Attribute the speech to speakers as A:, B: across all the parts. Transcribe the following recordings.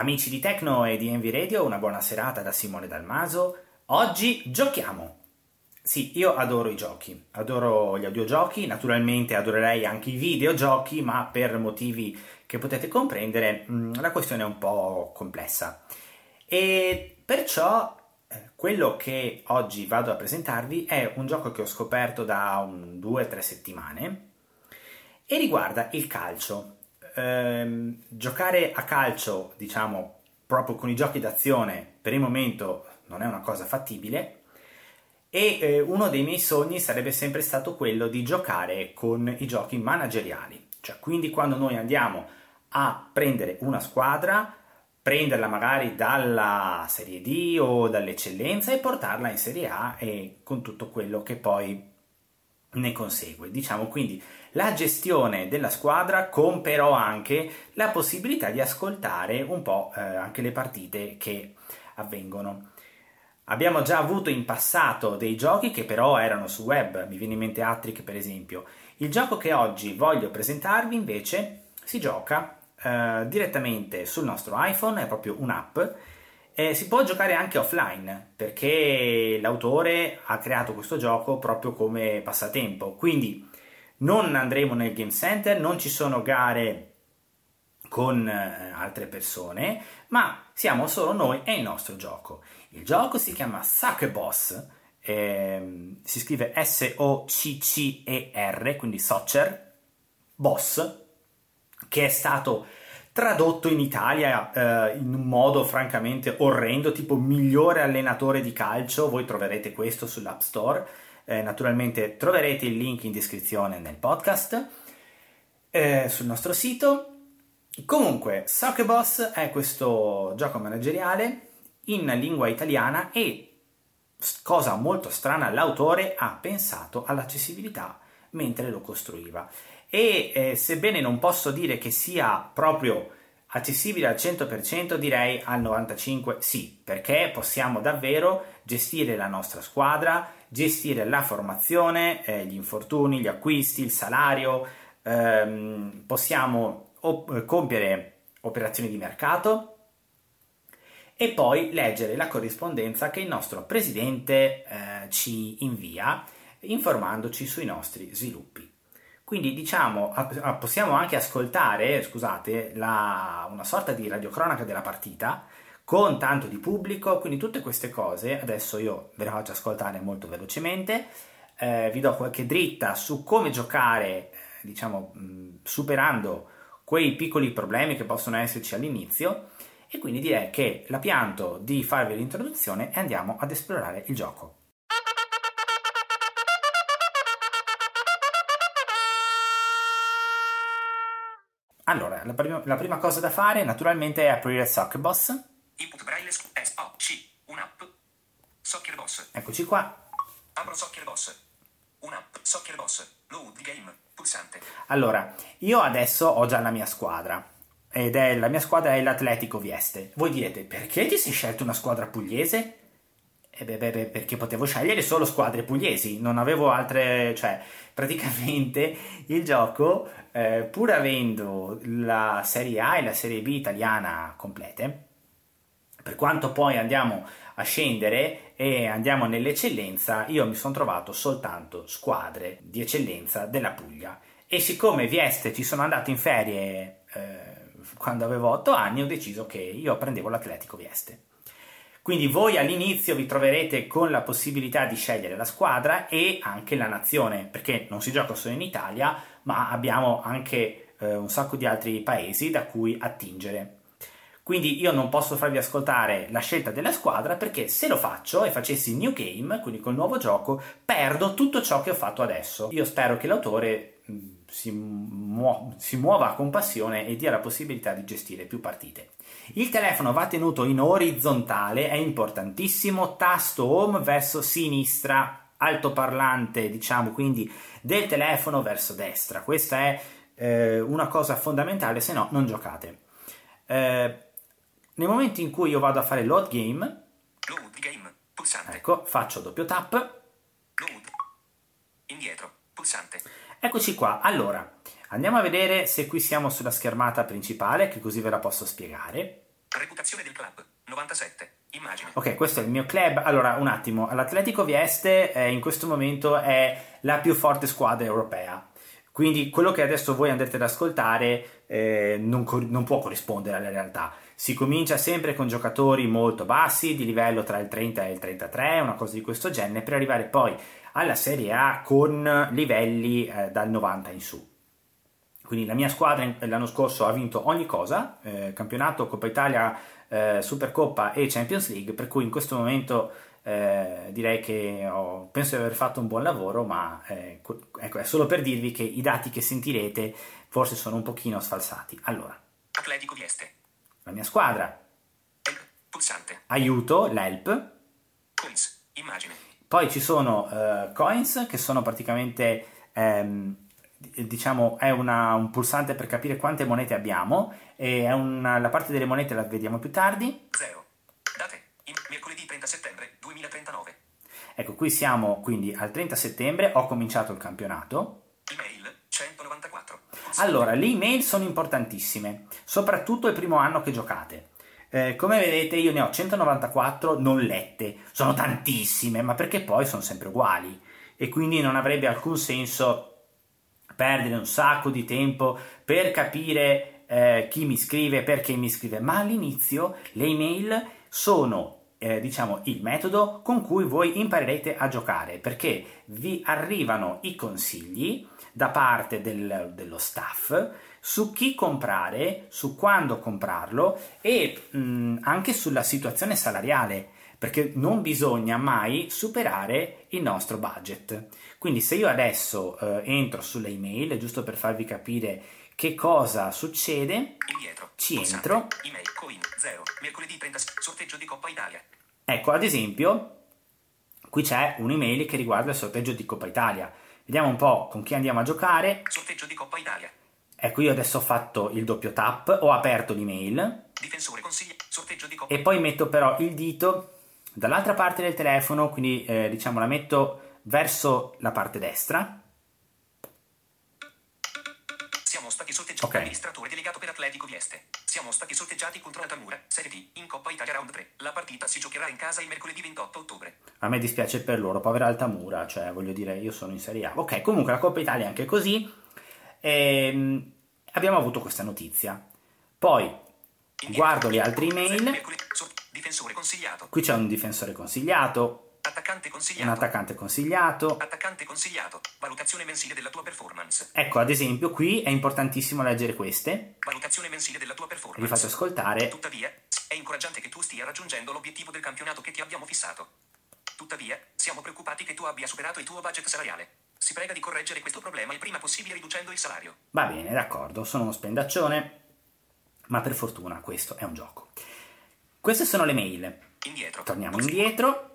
A: Amici di Tecno e di Envy Radio, una buona serata da Simone Dalmaso. Oggi giochiamo! Sì, io adoro i giochi, adoro gli audiogiochi, naturalmente adorerei anche i videogiochi, ma per motivi che potete comprendere la questione è un po' complessa. E perciò quello che oggi vado a presentarvi è un gioco che ho scoperto da 2-3 settimane e riguarda il calcio. Giocare a calcio, diciamo, proprio con i giochi d'azione per il momento non è una cosa fattibile e uno dei miei sogni sarebbe sempre stato quello di giocare con i giochi manageriali, cioè quindi quando noi andiamo a prendere una squadra, prenderla magari dalla Serie D o dall'eccellenza e portarla in Serie A e con tutto quello che poi ne consegue, diciamo, quindi la gestione della squadra con però anche la possibilità di ascoltare un po' anche le partite che avvengono. Abbiamo già avuto in passato dei giochi che però erano su web, mi viene in mente Hattrick per esempio. Il gioco che oggi voglio presentarvi invece si gioca direttamente sul nostro iPhone, è proprio un'app. Si può giocare anche offline perché l'autore ha creato questo gioco proprio come passatempo, quindi non andremo nel game center, non ci sono gare con altre persone, ma siamo solo noi e il nostro gioco. Il gioco si chiama Soccer Boss, si scrive S-O-C-C-E-R, quindi Soccer Boss, che è stato tradotto in Italia in un modo francamente orrendo, tipo migliore allenatore di calcio. Voi troverete questo sull'App Store, naturalmente troverete il link in descrizione nel podcast, sul nostro sito. Comunque, Soccer Boss è questo gioco manageriale in lingua italiana e, cosa molto strana, l'autore ha pensato all'accessibilità mentre lo costruiva. E sebbene non posso dire che sia proprio accessibile al 100%, direi al 95% sì, perché possiamo davvero gestire la nostra squadra, gestire la formazione, gli infortuni, gli acquisti, il salario, possiamo compiere operazioni di mercato e poi leggere la corrispondenza che il nostro presidente ci invia informandoci sui nostri sviluppi. Quindi diciamo possiamo anche ascoltare, scusate, una sorta di radiocronaca della partita con tanto di pubblico, quindi tutte queste cose adesso io ve le faccio ascoltare molto velocemente, vi do qualche dritta su come giocare, diciamo, superando quei piccoli problemi che possono esserci all'inizio, e quindi direi che la pianto di farvi l'introduzione e andiamo ad esplorare il gioco. Allora, la prima cosa da fare naturalmente è aprire Soccer Boss.
B: Input Braille S-O-C, un'app. Soccer Boss.
A: Eccoci qua.
B: Apro Soccer Boss. Un'app. Soccer Boss. Load game. Pulsante.
A: Allora, io adesso ho già la mia squadra. La mia squadra è l'Atletico Vieste. Voi direte, perché ti sei scelto una squadra pugliese? Perché potevo scegliere solo squadre pugliesi, non avevo altre, cioè praticamente il gioco, pur avendo la Serie A e la Serie B italiana complete, per quanto poi andiamo a scendere e andiamo nell'eccellenza, io mi sono trovato soltanto squadre di eccellenza della Puglia. E siccome Vieste ci sono andato in ferie quando avevo 8 anni, ho deciso che io prendevo l'Atletico Vieste. Quindi voi all'inizio vi troverete con la possibilità di scegliere la squadra e anche la nazione, perché non si gioca solo in Italia, ma abbiamo anche un sacco di altri paesi da cui attingere. Quindi io non posso farvi ascoltare la scelta della squadra, perché se lo faccio e facessi New Game, quindi col nuovo gioco, perdo tutto ciò che ho fatto adesso. Io spero che l'autore si muova con passione e dia la possibilità di gestire più partite. Il telefono va tenuto in orizzontale, è importantissimo, tasto home verso sinistra, altoparlante, diciamo, quindi del telefono verso destra. Questa è una cosa fondamentale, se no non giocate. Nel momento in cui io vado a fare load game,
B: pulsante.
A: Ecco, faccio doppio tap.
B: Load. Indietro. Pulsante.
A: Eccoci qua. Allora, andiamo a vedere se qui siamo sulla schermata principale, che così ve la posso spiegare.
B: Reputazione del club. 97. Immagine.
A: Ok, questo è il mio club. Allora, un attimo. L'Atletico Vieste in questo momento è la più forte squadra europea. Quindi quello che adesso voi andrete ad ascoltare non può corrispondere alla realtà. Si comincia sempre con giocatori molto bassi, di livello tra il 30 e il 33, una cosa di questo genere, per arrivare poi alla Serie A con livelli dal 90 in su. Quindi la mia squadra l'anno scorso ha vinto ogni cosa, campionato, Coppa Italia, Supercoppa e Champions League, per cui in questo momento direi che penso di aver fatto un buon lavoro, ma ecco, è solo per dirvi che i dati che sentirete forse sono un pochino sfalsati. Allora,
B: Atletico Vieste.
A: la mia squadra,
B: Help. Pulsante.
A: aiuto, l'help,
B: Coins. Immagine.
A: poi ci sono coins che sono praticamente diciamo è un pulsante per capire quante monete abbiamo e la parte delle monete la vediamo più tardi.
B: 0. Date. Mercoledì 30 settembre 2039.
A: Ecco, qui siamo quindi al 30 settembre, ho cominciato il campionato.
B: Email 194.
A: Allora, le email sono importantissime, soprattutto il primo anno che giocate. Come vedete io ne ho 194 non lette, sono tantissime, ma perché poi sono sempre uguali e quindi non avrebbe alcun senso perdere un sacco di tempo per capire chi mi scrive, perché mi scrive, ma all'inizio le email sono diciamo il metodo con cui voi imparerete a giocare, perché vi arrivano i consigli da parte dello staff su chi comprare, su quando comprarlo e anche sulla situazione salariale, perché non bisogna mai superare il nostro budget. Quindi se io adesso entro sulle email, giusto per farvi capire che cosa succede,
B: Indietro.
A: ci
B: Pulsante.
A: entro.
B: Email coin 0. Mercoledì 30 sorteggio di Coppa Italia.
A: Ecco, ad esempio, qui c'è un'email che riguarda il sorteggio di Coppa Italia. Vediamo un po' con chi andiamo a giocare.
B: Sorteggio di Coppa Italia.
A: Ecco, io adesso ho fatto il doppio tap, ho aperto l'email
B: Difensore consiglia. Sorteggio di Coppa
A: e poi metto però il dito dall'altra parte del telefono, quindi diciamo la metto verso la parte destra.
B: Siamo stati sorteggiati.
A: Ok.
B: Amministratore delegato per Atletico Vieste. Siamo stati sorteggiati contro Altamura, Serie D, in Coppa Italia Round 3. La partita si giocherà in casa il mercoledì 28 ottobre.
A: A me dispiace per loro, povera Altamura, cioè voglio dire, io sono in Serie A. Ok, comunque la Coppa Italia è anche così. Abbiamo avuto questa notizia. Poi
B: Indietro.
A: guardo le altre email.
B: Mercoledì. Difensore consigliato.
A: Qui c'è un difensore consigliato,
B: Attaccante
A: un
B: consigliato.
A: attaccante consigliato.
B: Attaccante consigliato. Valutazione mensile della tua performance.
A: Ecco, ad esempio, qui è importantissimo leggere queste.
B: Valutazione mensile della tua performance.
A: Vi faccio ascoltare.
B: Tuttavia, è incoraggiante che tu stia raggiungendo l'obiettivo del campionato che ti abbiamo fissato. Tuttavia, siamo preoccupati che tu abbia superato il tuo budget salariale. Si prega di correggere questo problema il prima possibile riducendo il salario.
A: Va bene, d'accordo, sono uno spendaccione, ma per fortuna questo è un gioco. Queste sono le mail.
B: Indietro.
A: Torniamo indietro.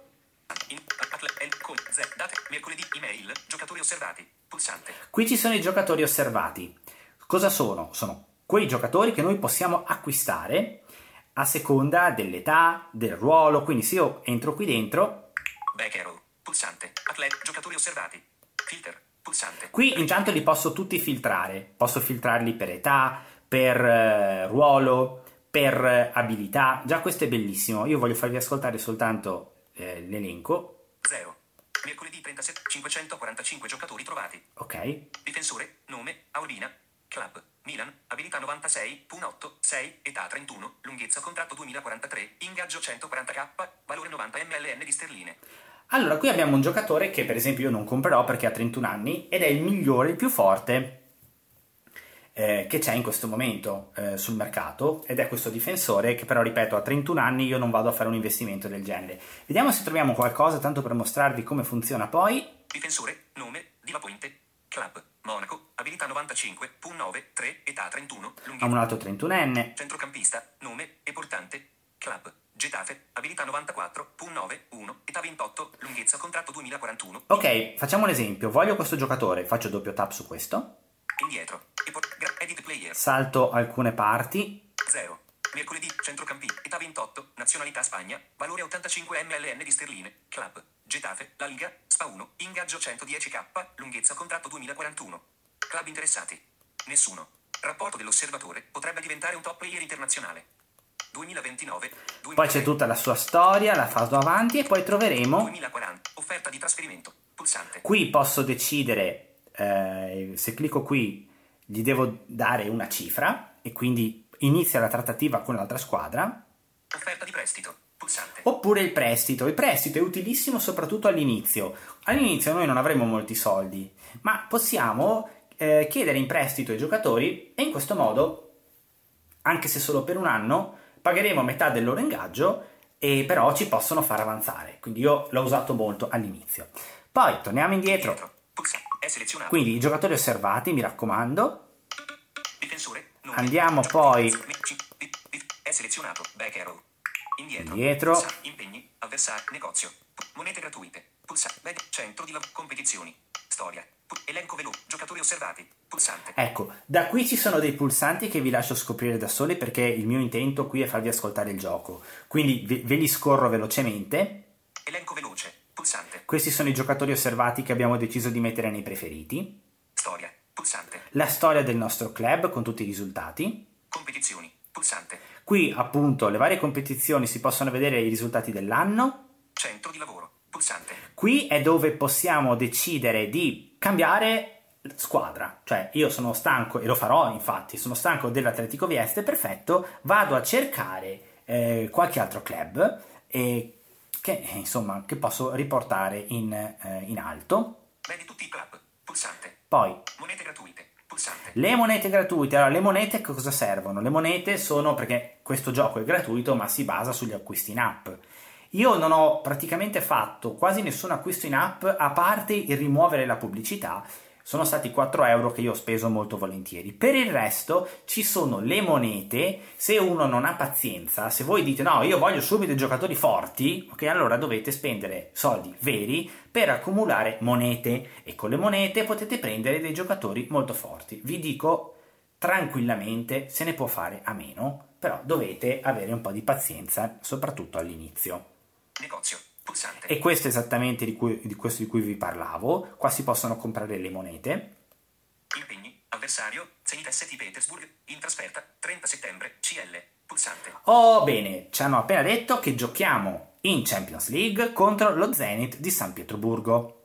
B: Date. Mercoledì. Email. Giocatori osservati. Pulsante.
A: Qui ci sono i giocatori osservati. Cosa sono? Sono quei giocatori che noi possiamo acquistare a seconda dell'età, del ruolo. Quindi se io entro qui dentro,
B: Back arrow. Pulsante. Giocatori osservati. Filter. Pulsante.
A: qui intanto li posso tutti filtrare. Posso filtrarli per età, per ruolo, per abilità. Già questo è bellissimo. Io voglio farvi ascoltare soltanto l'elenco.
B: 0. Mercoledì 37. 545 giocatori trovati.
A: Ok.
B: Difensore. Nome. Aurina. Club. Milan. Abilità 96.8. 6. Età 31. Lunghezza contratto 2043. Ingaggio 140k. Valore 90 mln di sterline.
A: Allora, qui abbiamo un giocatore che per esempio io non comprerò perché ha 31 anni ed è il migliore, il più forte che c'è in questo momento sul mercato, ed è questo difensore che però, ripeto, a 31 anni io non vado a fare un investimento del genere. Vediamo se troviamo qualcosa, tanto per mostrarvi come funziona poi.
B: Difensore. Nome. Diva Pointe. Club. Monaco. Abilità 95.9. 3. Età 31.
A: Ha un altro 31enne.
B: Centrocampista. Nome. E portante. Club. Getafe. Abilità 94.9. 1. Età 28. Lunghezza contratto 2041.
A: Ok, facciamo un esempio. Voglio questo giocatore, faccio doppio tap su questo,
B: Indietro. Edit player.
A: salto alcune parti.
B: 0. Mercoledì. Centrocampista. Età 28. Nazionalità Spagna. Valore 85 mln di sterline. Club. Getafe. La Liga. Spa 1. Ingaggio 110k. Lunghezza contratto 2041. Club interessati. Nessuno. Rapporto dell'osservatore. Potrebbe diventare un top player internazionale. 2029.
A: Poi c'è tutta la sua storia, la vado avanti e poi troveremo
B: 2040. Offerta di trasferimento. Pulsante.
A: qui posso decidere, se clicco qui gli devo dare una cifra e quindi inizia la trattativa con l'altra squadra.
B: Offerta di prestito. Pulsante.
A: Oppure il prestito. Il prestito è utilissimo soprattutto all'inizio. All'inizio noi non avremo molti soldi, ma possiamo chiedere in prestito ai giocatori e in questo modo, anche se solo per un anno, pagheremo metà del loro ingaggio e però ci possono far avanzare. Quindi io l'ho usato molto all'inizio. Poi torniamo indietro.
B: Pulsante. È selezionato.
A: Quindi i giocatori osservati, mi raccomando.
B: Difensore. Numeri.
A: Andiamo poi
B: È selezionato. Back arrow. Indietro.
A: Indietro.
B: Impegni. Avversari. Negozio. Monete gratuite. Pulsante. Centro di competizioni. Storia. Elenco veloce. Giocatori osservati. Pulsante.
A: Ecco, da qui ci sono dei pulsanti che vi lascio scoprire da soli perché il mio intento qui è farvi ascoltare il gioco. Quindi ve li scorro velocemente.
B: Elenco veloce. Pulsante.
A: Questi sono i giocatori osservati che abbiamo deciso di mettere nei preferiti.
B: Storia. Pulsante.
A: La storia del nostro club con tutti i risultati.
B: Competizioni. Pulsante.
A: Qui appunto le varie competizioni si possono vedere i risultati dell'anno.
B: Centro di lavoro. Pulsante.
A: Qui è dove possiamo decidere di cambiare squadra, cioè io sono stanco e lo farò infatti, sono stanco dell'Atletico Vieste, perfetto, vado a cercare qualche altro club che insomma che posso riportare in alto.
B: Vedi tutti i club. Pulsante.
A: Poi
B: Monete gratuite. Pulsante.
A: le monete gratuite. Allora, le monete cosa servono? Le monete sono perché questo gioco è gratuito ma si basa sugli acquisti in app. Io non ho praticamente fatto quasi nessun acquisto in app a parte il rimuovere la pubblicità. Sono stati 4 euro che io ho speso molto volentieri. Per il resto ci sono le monete. Se uno non ha pazienza, se voi dite no, io voglio subito i giocatori forti, ok, allora dovete spendere soldi veri per accumulare monete e con le monete potete prendere dei giocatori molto forti. Vi dico tranquillamente, se ne può fare a meno, però dovete avere un po' di pazienza, soprattutto all'inizio.
B: Negozio. Pulsante.
A: E questo è esattamente questo di cui vi parlavo. Qua si possono comprare le monete.
B: Impegni. Avversario. Zenit St. Petersburg. In trasferta. 30 settembre. CL. Pulsante.
A: Oh, bene, ci hanno appena detto che giochiamo in Champions League contro lo Zenit di San Pietroburgo.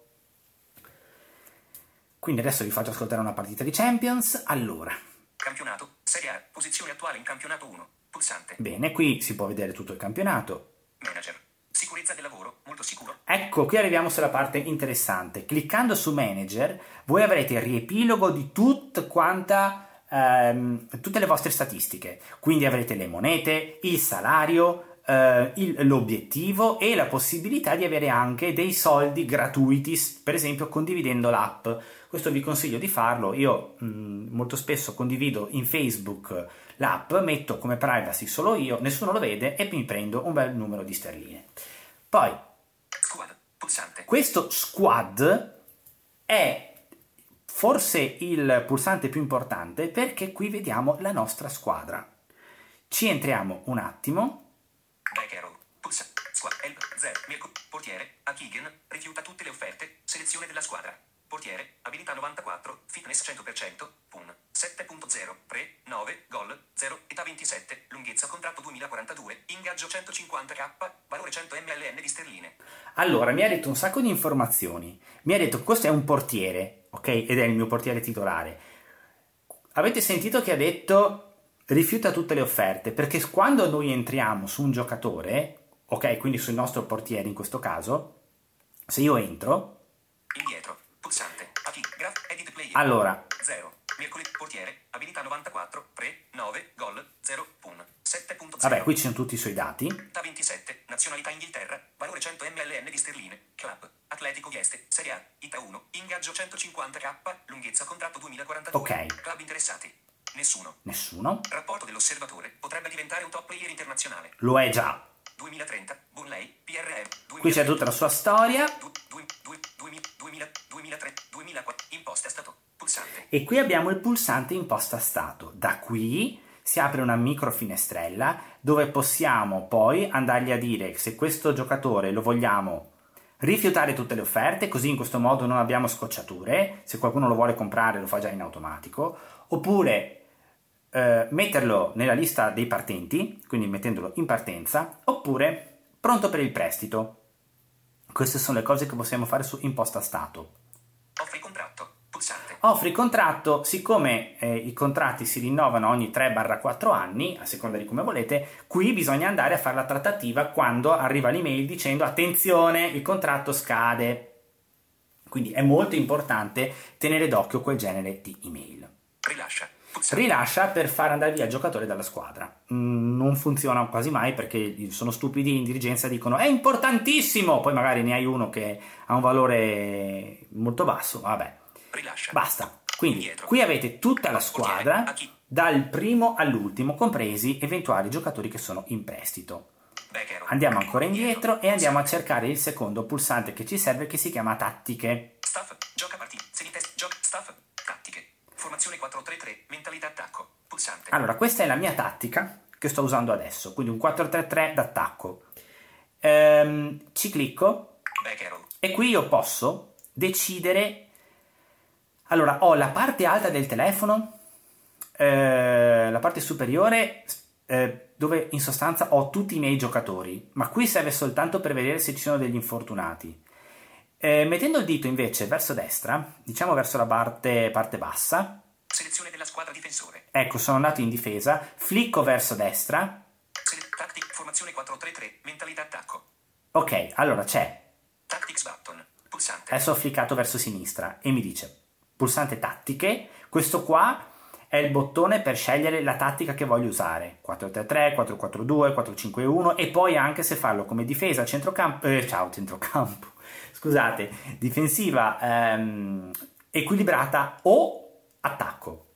A: Quindi adesso vi faccio ascoltare una partita di Champions. Allora,
B: Campionato. Serie A. Posizione attuale in campionato 1. Pulsante.
A: bene, qui si può vedere tutto il campionato.
B: Manager. Sicurezza del lavoro. Molto sicuro.
A: Ecco, qui arriviamo sulla parte interessante. Cliccando su Manager, voi avrete il riepilogo di tutte le vostre statistiche. Quindi avrete le monete, il salario, l'obiettivo e la possibilità di avere anche dei soldi gratuiti, per esempio condividendo l'app. Questo vi consiglio di farlo. Io molto spesso condivido in Facebook l'app, metto come privacy solo io, nessuno lo vede e mi prendo un bel numero di sterline. Poi
B: Squad. Pulsante.
A: questo squad è forse il pulsante più importante perché qui vediamo la nostra squadra. Ci entriamo un attimo.
B: Back arrow. Pulsante. Squad. Help. 0. Mirko. Portiere. Akigen. Rifiuta tutte le offerte. Selezione della squadra. Portiere. Abilità 94. Fitness 100%. PUN. 7.0. Pre. 9. Gol. 0. Età 27. Lunghezza contratto 2042. Ingaggio 150k. Valore 100 mln di sterline.
A: Allora, mi ha detto un sacco di informazioni. Mi ha detto che questo è un portiere, ok? Ed è il mio portiere titolare. Avete sentito che ha detto rifiuta tutte le offerte, perché quando noi entriamo su un giocatore, ok, quindi sul nostro portiere in questo caso, se io entro,
B: Indietro. Pulsante. Graph. Edit player.
A: allora,
B: 0. Mercoledì. Portiere. Abilità 94. Pre. 9. Gol. 0. PUN. 7.0.
A: vabbè, qui ci sono tutti i suoi dati.
B: Età 27. Nazionalità Inghilterra. Valore 100 mln di sterline. Club. Atletico Vieste. Serie A. Età 1. Ingaggio 150k. Lunghezza contratto 2042.
A: Ok.
B: Club interessati. Nessuno.
A: Nessuno.
B: Rapporto dell'osservatore. Potrebbe diventare un top player internazionale.
A: Lo è già.
B: 2030. Burnley. PRM.
A: Qui c'è tutta la sua storia.
B: 2003. 2004. Imposta stato. Pulsante.
A: E qui abbiamo il pulsante imposta stato. Da qui si apre una micro finestrella dove possiamo poi andargli a dire se questo giocatore lo vogliamo rifiutare tutte le offerte, così in questo modo non abbiamo scocciature. Se qualcuno lo vuole comprare lo fa già in automatico. Oppure metterlo nella lista dei partenti, quindi mettendolo in partenza, oppure pronto per il prestito. Queste sono le cose che possiamo fare su Imposta Stato.
B: Offri contratto. Pulsante.
A: Offri contratto, siccome i contratti si rinnovano ogni 3-4 anni, a seconda di come volete, qui bisogna andare a fare la trattativa quando arriva l'email dicendo attenzione, il contratto scade. Quindi è molto importante tenere d'occhio quel genere di email.
B: Rilascia. Pulsante.
A: Rilascia per far andare via il giocatore dalla squadra. Non funziona quasi mai perché sono stupidi in dirigenza, dicono è importantissimo, poi magari ne hai uno che ha un valore molto basso, vabbè.
B: Rilascia.
A: Basta. Quindi
B: Indietro.
A: qui avete tutta la squadra,
B: A chi?
A: dal primo all'ultimo, compresi eventuali giocatori che sono in prestito.
B: Becker.
A: Andiamo ancora indietro e andiamo a cercare il secondo pulsante che ci serve, che si chiama tattiche.
B: Staff. Gioca partita. Segui test. Gioca. Staff. Tattiche. Formazione 4-3-3. Mentalità attacco. Pulsante.
A: Allora, questa è la mia tattica che sto usando adesso, quindi un 4-3-3 d'attacco. Ci clicco
B: Becker.
A: e qui io posso decidere. Allora, ho la parte alta del telefono, la parte superiore, dove in sostanza ho tutti i miei giocatori, ma qui serve soltanto per vedere se ci sono degli infortunati. Mettendo il dito invece verso destra, diciamo verso la parte bassa,
B: Selezione della squadra difensore.
A: ecco, sono andato in difesa, flicco verso destra,
B: Tactic. Formazione 4-3-3. Mentalità attacco.
A: ok, allora c'è,
B: Tactics button. Pulsante.
A: adesso ho fliccato verso sinistra e mi dice pulsante tattiche, questo qua è il bottone per scegliere la tattica che voglio usare, 4-3-3, 4-4-2, 4-5-1 e poi anche se farlo come difesa, centrocampo, centrocampo, scusate, difensiva equilibrata o attacco.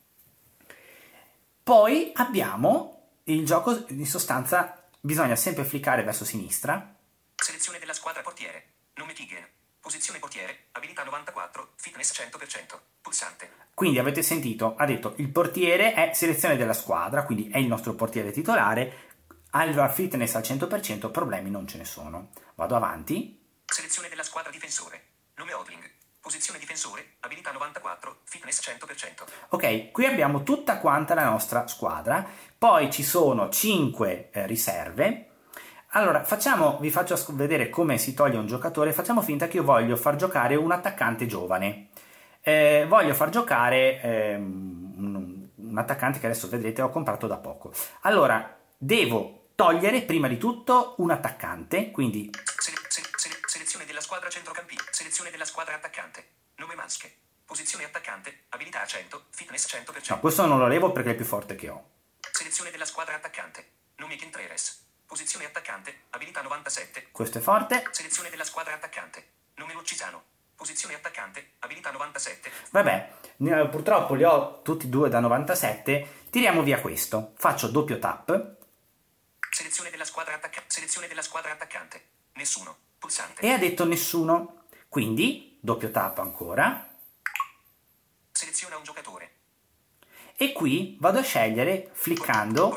A: Poi abbiamo il gioco, in sostanza bisogna sempre fliccare verso sinistra.
B: Selezione della squadra portiere. Nome Tiger. Posizione portiere. Abilità 94. Fitness 100%. Pulsante.
A: Quindi avete sentito, ha detto il portiere è selezione della squadra, quindi è il nostro portiere titolare, al fitness al 100%, problemi non ce ne sono. Vado avanti.
B: Selezione della squadra difensore. Nome Odling. Posizione difensore. Abilità 94. Fitness 100%.
A: Ok, qui abbiamo tutta quanta la nostra squadra, poi ci sono 5 riserve. Allora, vi faccio vedere come si toglie un giocatore, facciamo finta che io voglio far giocare un attaccante giovane. Voglio far giocare un attaccante che adesso vedrete ho comprato da poco. Allora, devo togliere prima di tutto un attaccante, quindi
B: Selezione della squadra centrocampista. Selezione della squadra attaccante. Nome Maschke. Posizione attaccante. Abilità 100. Fitness 100%.
A: no, questo non lo levo perché è il più forte che ho.
B: Selezione della squadra attaccante. Nome Contreras. Posizione attaccante. Abilità 97.
A: Questo è forte.
B: Selezione della squadra attaccante. Nome Loccisano. Posizione attaccante. Abilità 97.
A: Vabbè, purtroppo li ho tutti e due da 97. Tiriamo via questo. Faccio doppio tap.
B: Selezione della squadra attaccante. Selezione della squadra attaccante. Nessuno. Pulsante.
A: E ha detto nessuno. Quindi, doppio tap ancora.
B: Seleziona un giocatore.
A: E qui vado a scegliere, fliccando.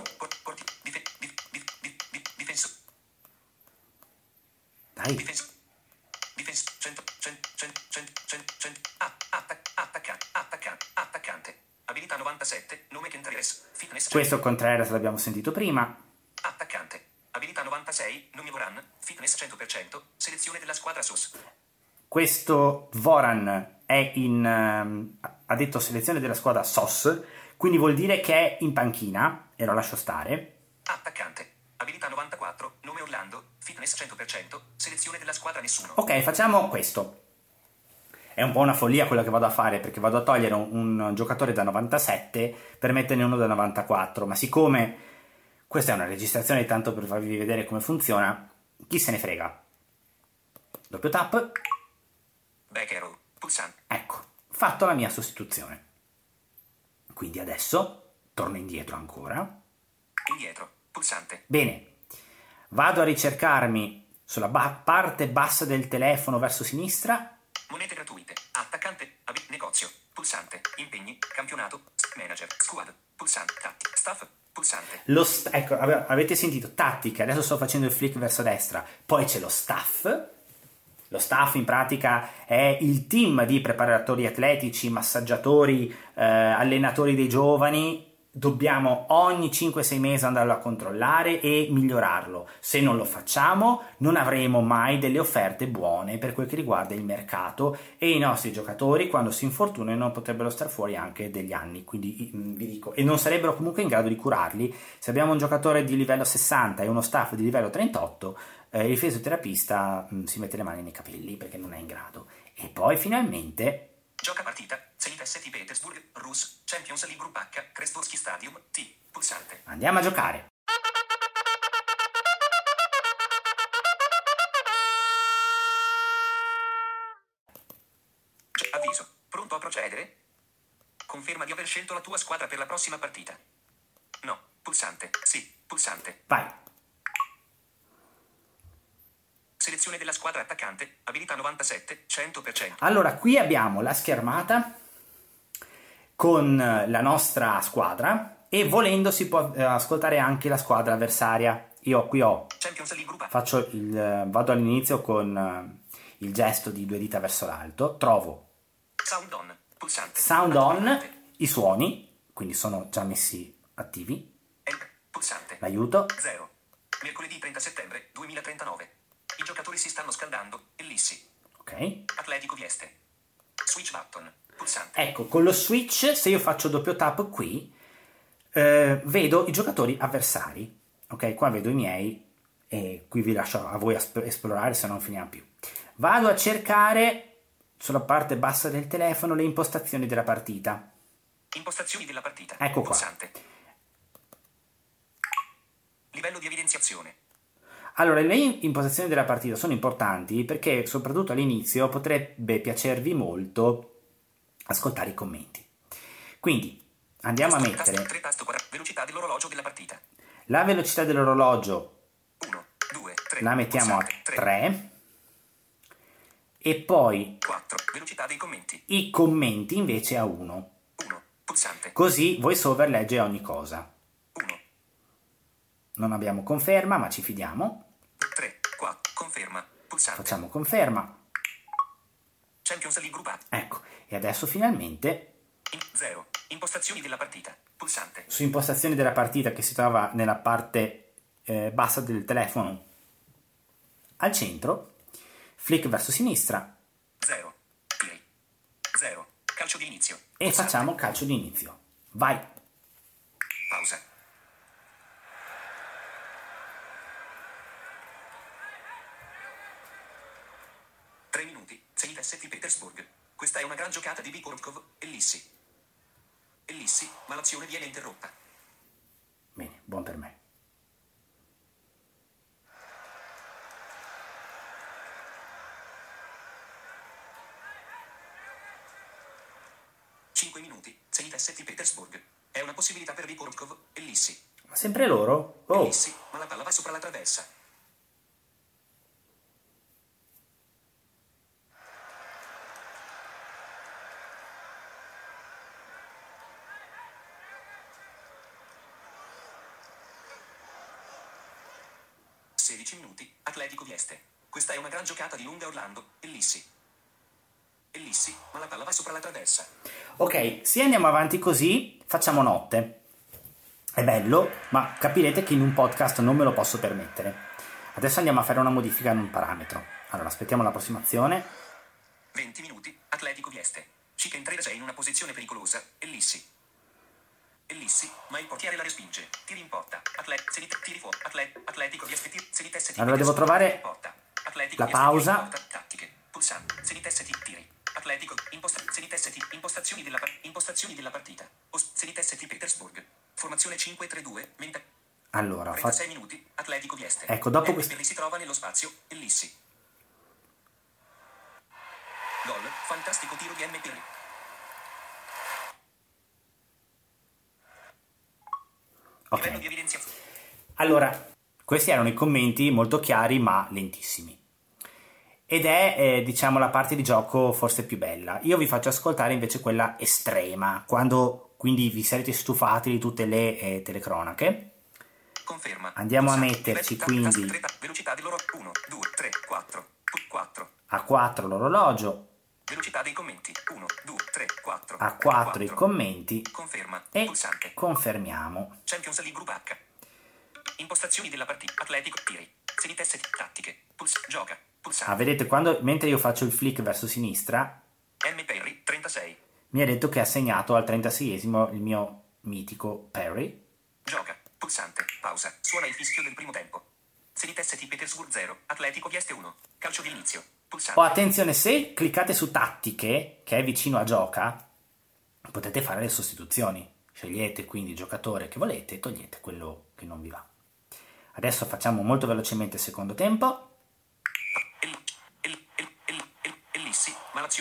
A: Dai.
B: Attaccante. Abilità 97. Nome Contreras. Fitness.
A: Questo Contreras l'abbiamo sentito prima.
B: Attaccante. Abilità 96. Nome Voran. Fitness 100%. Selezione della squadra SOS.
A: Questo Voran è ha detto selezione della squadra SOS, quindi vuol dire che è in panchina, e lo lascio stare.
B: Attaccante. Abilità 94. Nome Orlando. Fitness 100%. Selezione della squadra nessuno.
A: Ok, facciamo questo. È un po' una follia quello che vado a fare, perché vado a togliere un giocatore da 97 per metterne uno da 94, ma siccome questa è una registrazione tanto per farvi vedere come funziona, chi se ne frega. Doppio tap.
B: Becker. Pulsante.
A: Ecco, fatto la mia sostituzione. Quindi adesso torno indietro ancora.
B: Indietro. Pulsante.
A: Bene, vado a ricercarmi sulla parte bassa del telefono verso sinistra.
B: Monete gratuite. Attaccante. Negozio. Pulsante. Impegni. Campionato. Manager. Squad. Pulsante. Staff. Pulsante.
A: Ecco, avete sentito tattica, adesso sto facendo il flick verso destra. Poi c'è lo staff. Lo staff in pratica è il team di preparatori atletici, massaggiatori, allenatori dei giovani, dobbiamo ogni 5-6 mesi andarlo a controllare e migliorarlo. Se non lo facciamo, non avremo mai delle offerte buone per quel che riguarda il mercato, e i nostri giocatori, quando si infortunano, potrebbero star fuori anche degli anni. Quindi vi dico, e non sarebbero comunque in grado di curarli. Se abbiamo un giocatore di livello 60 e uno staff di livello 38, il fisioterapista si mette le mani nei capelli perché non è in grado. E poi finalmente
B: Gioca partita, Zenit St. Petersburg, Rus, Champions League Group H, Krestovsky Stadium, T, pulsante.
A: andiamo a giocare.
B: Avviso, pronto a procedere? Conferma di aver scelto la tua squadra per la prossima partita. No, pulsante, sì, pulsante.
A: Vai.
B: Selezione della squadra attaccante, abilità 97, 100%.
A: Allora, qui abbiamo la schermata con la nostra squadra e volendo si può ascoltare anche la squadra avversaria. Io qui
B: Champions League Group A.
A: vado all'inizio con il gesto di 2 dita verso l'alto, trovo
B: Sound on, pulsante.
A: sound on,
B: Attivante.
A: i suoni, quindi sono già messi attivi,
B: Enter, pulsante.
A: l'aiuto,
B: 0. Mercoledì 30 settembre 2039. I giocatori si stanno scaldando, Ellissi.
A: ok?
B: Atletico Vieste. Switch button, pulsante.
A: Ecco, con lo switch, se io faccio doppio tap qui, vedo i giocatori avversari, ok? Qua vedo i miei e qui vi lascio a voi esplorare, se non finiamo più. Vado a cercare sulla parte bassa del telefono le impostazioni della partita.
B: Impostazioni della partita.
A: Ecco qua.
B: Pulsante. Livello di evidenziazione.
A: Allora, le impostazioni della partita sono importanti perché soprattutto all'inizio potrebbe piacervi molto ascoltare i commenti. Quindi andiamo a mettere
B: Velocità dell'orologio della partita.
A: la velocità dell'orologio,
B: 1, 2, 3.
A: la mettiamo a
B: pulsante,
A: 3 e poi
B: 4. Velocità dei commenti.
A: i commenti invece a 1.
B: 1. Pulsante.
A: Così VoiceOver legge ogni cosa.
B: 1.
A: Non abbiamo conferma, ma ci fidiamo.
B: 3. 4. Conferma. Pulsante.
A: Facciamo conferma.
B: Champions League Group A.
A: Ecco, e adesso finalmente
B: 0. Impostazioni della partita. Pulsante.
A: su impostazioni della partita, che si trova nella parte bassa del telefono al centro, flick verso sinistra
B: 0. Tiri. 0. Calcio di inizio.
A: e
B: Pulsante.
A: facciamo calcio di inizio. Vai.
B: Pausa. Minuti, Zenit St. Petersburg. Questa è una gran giocata di Bikorkov, Ellissi. Ellissi, ma l'azione viene interrotta.
A: Bene, buon per me.
B: Minuti, Zenit St. Petersburg. È una possibilità per Bikorkov, Ellissi.
A: Ma sempre loro? Oh,
B: Ellissi, ma la palla va sopra la traversa. Minuti, Atletico Vieste. Questa è una gran giocata di lunga Orlando, Ellissi. Ellissi, ma la palla va sopra la traversa.
A: ok, se andiamo avanti così facciamo notte. È bello, ma capirete che in un podcast non me lo posso permettere. Adesso andiamo a fare una modifica in un parametro. Allora, aspettiamo l'approssimazione.
B: 20 minuti, Atletico Vieste. Chicken Trader è in una posizione pericolosa, Ellissi. Ellissi, ma il portiere la respinge. Tiri in porta. Tiri fuori. Atletico Vieste. Zenit St.
A: Allora devo trovare la pausa.
B: Tattiche. Pulsante. Zenit St. Tiri. Atletico. Zenit St. Impostazioni della partita. Zenit St. Petersburg. Formazione 5-3-2.
A: Allora,
B: 36 minuti. Atletico Vieste.
A: Ecco, dopo questo
B: Pirri si trova nello spazio. Ellissi. Gol. Fantastico tiro di M. Pirri. Livello di evidenziazione.
A: Allora, questi erano i commenti molto chiari ma lentissimi. Ed è, diciamo, la parte di gioco forse più bella. Io vi faccio ascoltare invece quella estrema, quando quindi vi sarete stufati di tutte le telecronache.
B: Conferma.
A: Andiamo a
B: Pulsante.
A: metterci quindi
B: Velocità dell'oro 1, 2, 3, 4. 4.
A: a 4 l'orologio.
B: Velocità dei commenti. 1, 2, 3, 4.
A: A 4 i commenti
B: Conferma.
A: e
B: Pulsante.
A: confermiamo.
B: Champions League Group H. Impostazioni della partita. Atletico. Tiri. Sedi test. Tattiche. Gioca. Pulsante.
A: Vedete, mentre io faccio il flick verso sinistra,
B: M. Perry. 36.
A: mi ha detto che ha segnato al 36esimo il mio mitico Perry.
B: Gioca. Pulsante. Pausa. Suona il fischio del primo tempo. Zenit St. Petersburg 0. Atletico Vieste 1. Calcio di inizio. Pulsante.
A: Oh, attenzione, se cliccate su tattiche, che è vicino a gioca, potete fare le sostituzioni. Scegliete quindi il giocatore che volete e togliete quello che non vi va. Adesso facciamo molto velocemente il secondo tempo.
B: Ellissi, ma Lazio.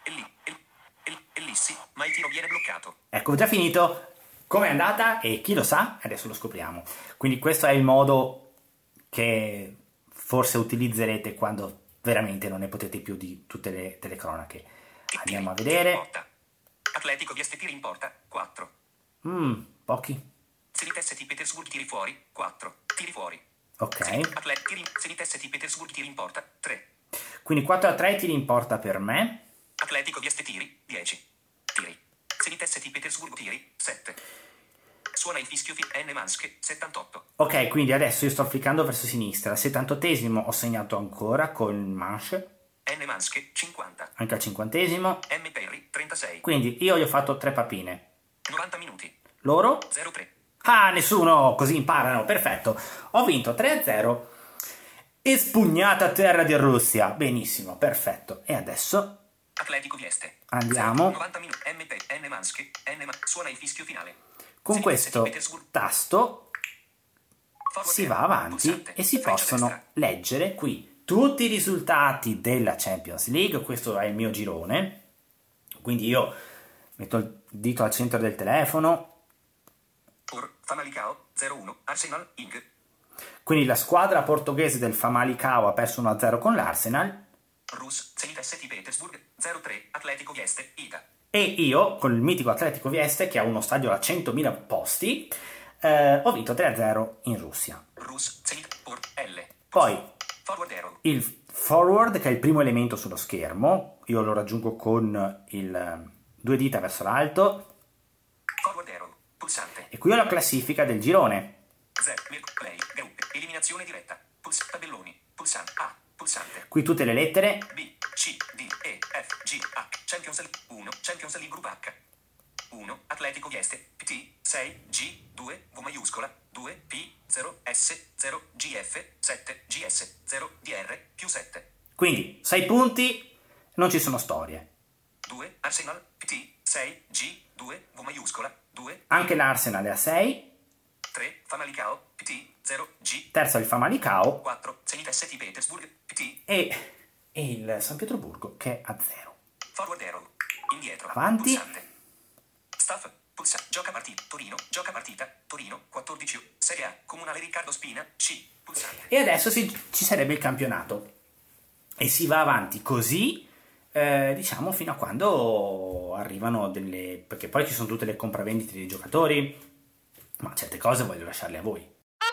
B: Ellissi, ma il tiro viene bloccato.
A: Ecco, ho già finito. Com'è andata? E chi lo sa? Adesso lo scopriamo. Quindi questo è il modo che forse utilizzerete quando veramente non ne potete più di tutte le telecronache. Andiamo a vedere.
B: Atletico Vieste tiri in porta, 4.
A: Pochi.
B: Zenit St. Petersburg tiri fuori, 4. Tiri fuori.
A: Ok.
B: Zenit St. Petersburg tiri in porta, 3.
A: Quindi 4-3 tiri in porta per me.
B: Atletico Vieste tiri, 10. Tiri. Zenit St. Petersburg tiri, 7. Suona il fischio N. Manske, 78.
A: Ok, quindi adesso io sto fliccando verso sinistra. Al 78esimo ho segnato ancora con Manche.
B: N. Manske, 50.
A: Anche al 50esimo.
B: M. Perry, 36.
A: Quindi io gli ho fatto 3 papine.
B: 90 minuti.
A: Loro?
B: 0-3.
A: Ah, nessuno, così imparano, perfetto. Ho vinto 3-0 e spugnata terra di Russia. Benissimo, perfetto. E adesso
B: Atletico Vieste.
A: andiamo
B: 90 minuti. N. Manske, suona il fischio finale.
A: con questo tasto, si va avanti
B: Pulsante.
A: e si
B: Freccia
A: possono
B: destra.
A: leggere qui tutti i risultati della Champions League. Questo è il mio girone, quindi io metto il dito al centro del telefono.
B: Famalicão 0-1. Arsenal Ing.
A: Quindi la squadra portoghese del Famalicão ha perso 1-0 con l'Arsenal.
B: Rus Zenit St. Petersburg 0-3. Atletico Vieste Ida.
A: E io, con il mitico Atletico Vieste, che ha uno stadio da 100.000 posti, ho vinto 3-0 in Russia.
B: Rus Zenit L.
A: Poi
B: Forward arrow.
A: il forward, che è il primo elemento sullo schermo, io lo raggiungo con il 2 dita verso l'alto,
B: Forward arrow. Pulsante.
A: e qui ho la classifica del girone.
B: Play. Gruppi. Eliminazione diretta. Tabelloni. Pulsante. A. Pulsante.
A: Qui tutte le lettere.
B: B, C, D, E, F, G, H. Champions League 1. Champions League Group H. 1. Atletico Vieste. PT. 6. G. 2. V maiuscola. 2. P. 0. S. 0. GF. 7. GS. 0. DR. Più 7.
A: Quindi 6 punti, non ci sono storie.
B: 2. Arsenal. PT. 6. G. 2. V maiuscola. 2.
A: Anche l'Arsenal è a 6.
B: 3. Famalicão. PT. 0. G.
A: Terzo è il Famalicão
B: 4. Zenit St. Petersburg. PT.
A: e il San Pietroburgo che è a 0.
B: Forward arrow. Indietro.
A: Avanti.
B: Pulsante. Staff. Pulsante. Gioca partita. Torino. Gioca partita. Torino. 14. Serie A. Comunale Riccardo Spina. C. Pulsante.
A: E adesso ci sarebbe il campionato. E si va avanti così, diciamo, fino a quando arrivano delle... perché poi ci sono tutte le compravendite dei giocatori, ma certe cose voglio lasciarle a voi.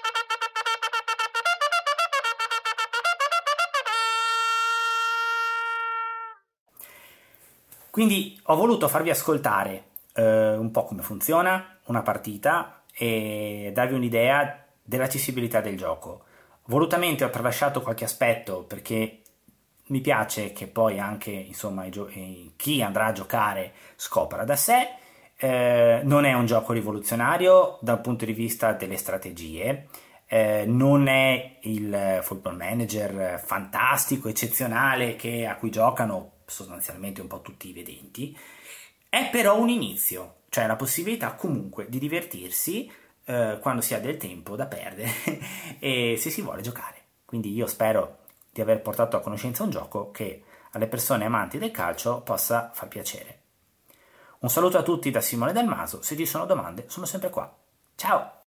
A: Quindi ho voluto farvi ascoltare un po' come funziona una partita e darvi un'idea dell'accessibilità del gioco. Volutamente ho tralasciato qualche aspetto perché mi piace che poi anche, insomma, chi andrà a giocare scopra da sé. Non è un gioco rivoluzionario dal punto di vista delle strategie, non è il Football Manager fantastico, eccezionale a cui giocano sostanzialmente un po' tutti i vedenti. È però un inizio, cioè la possibilità comunque di divertirsi quando si ha del tempo da perdere e se si vuole giocare. Quindi io spero di aver portato a conoscenza un gioco che alle persone amanti del calcio possa far piacere. Un saluto a tutti da Simone Dalmaso, se ci sono domande sono sempre qua. Ciao!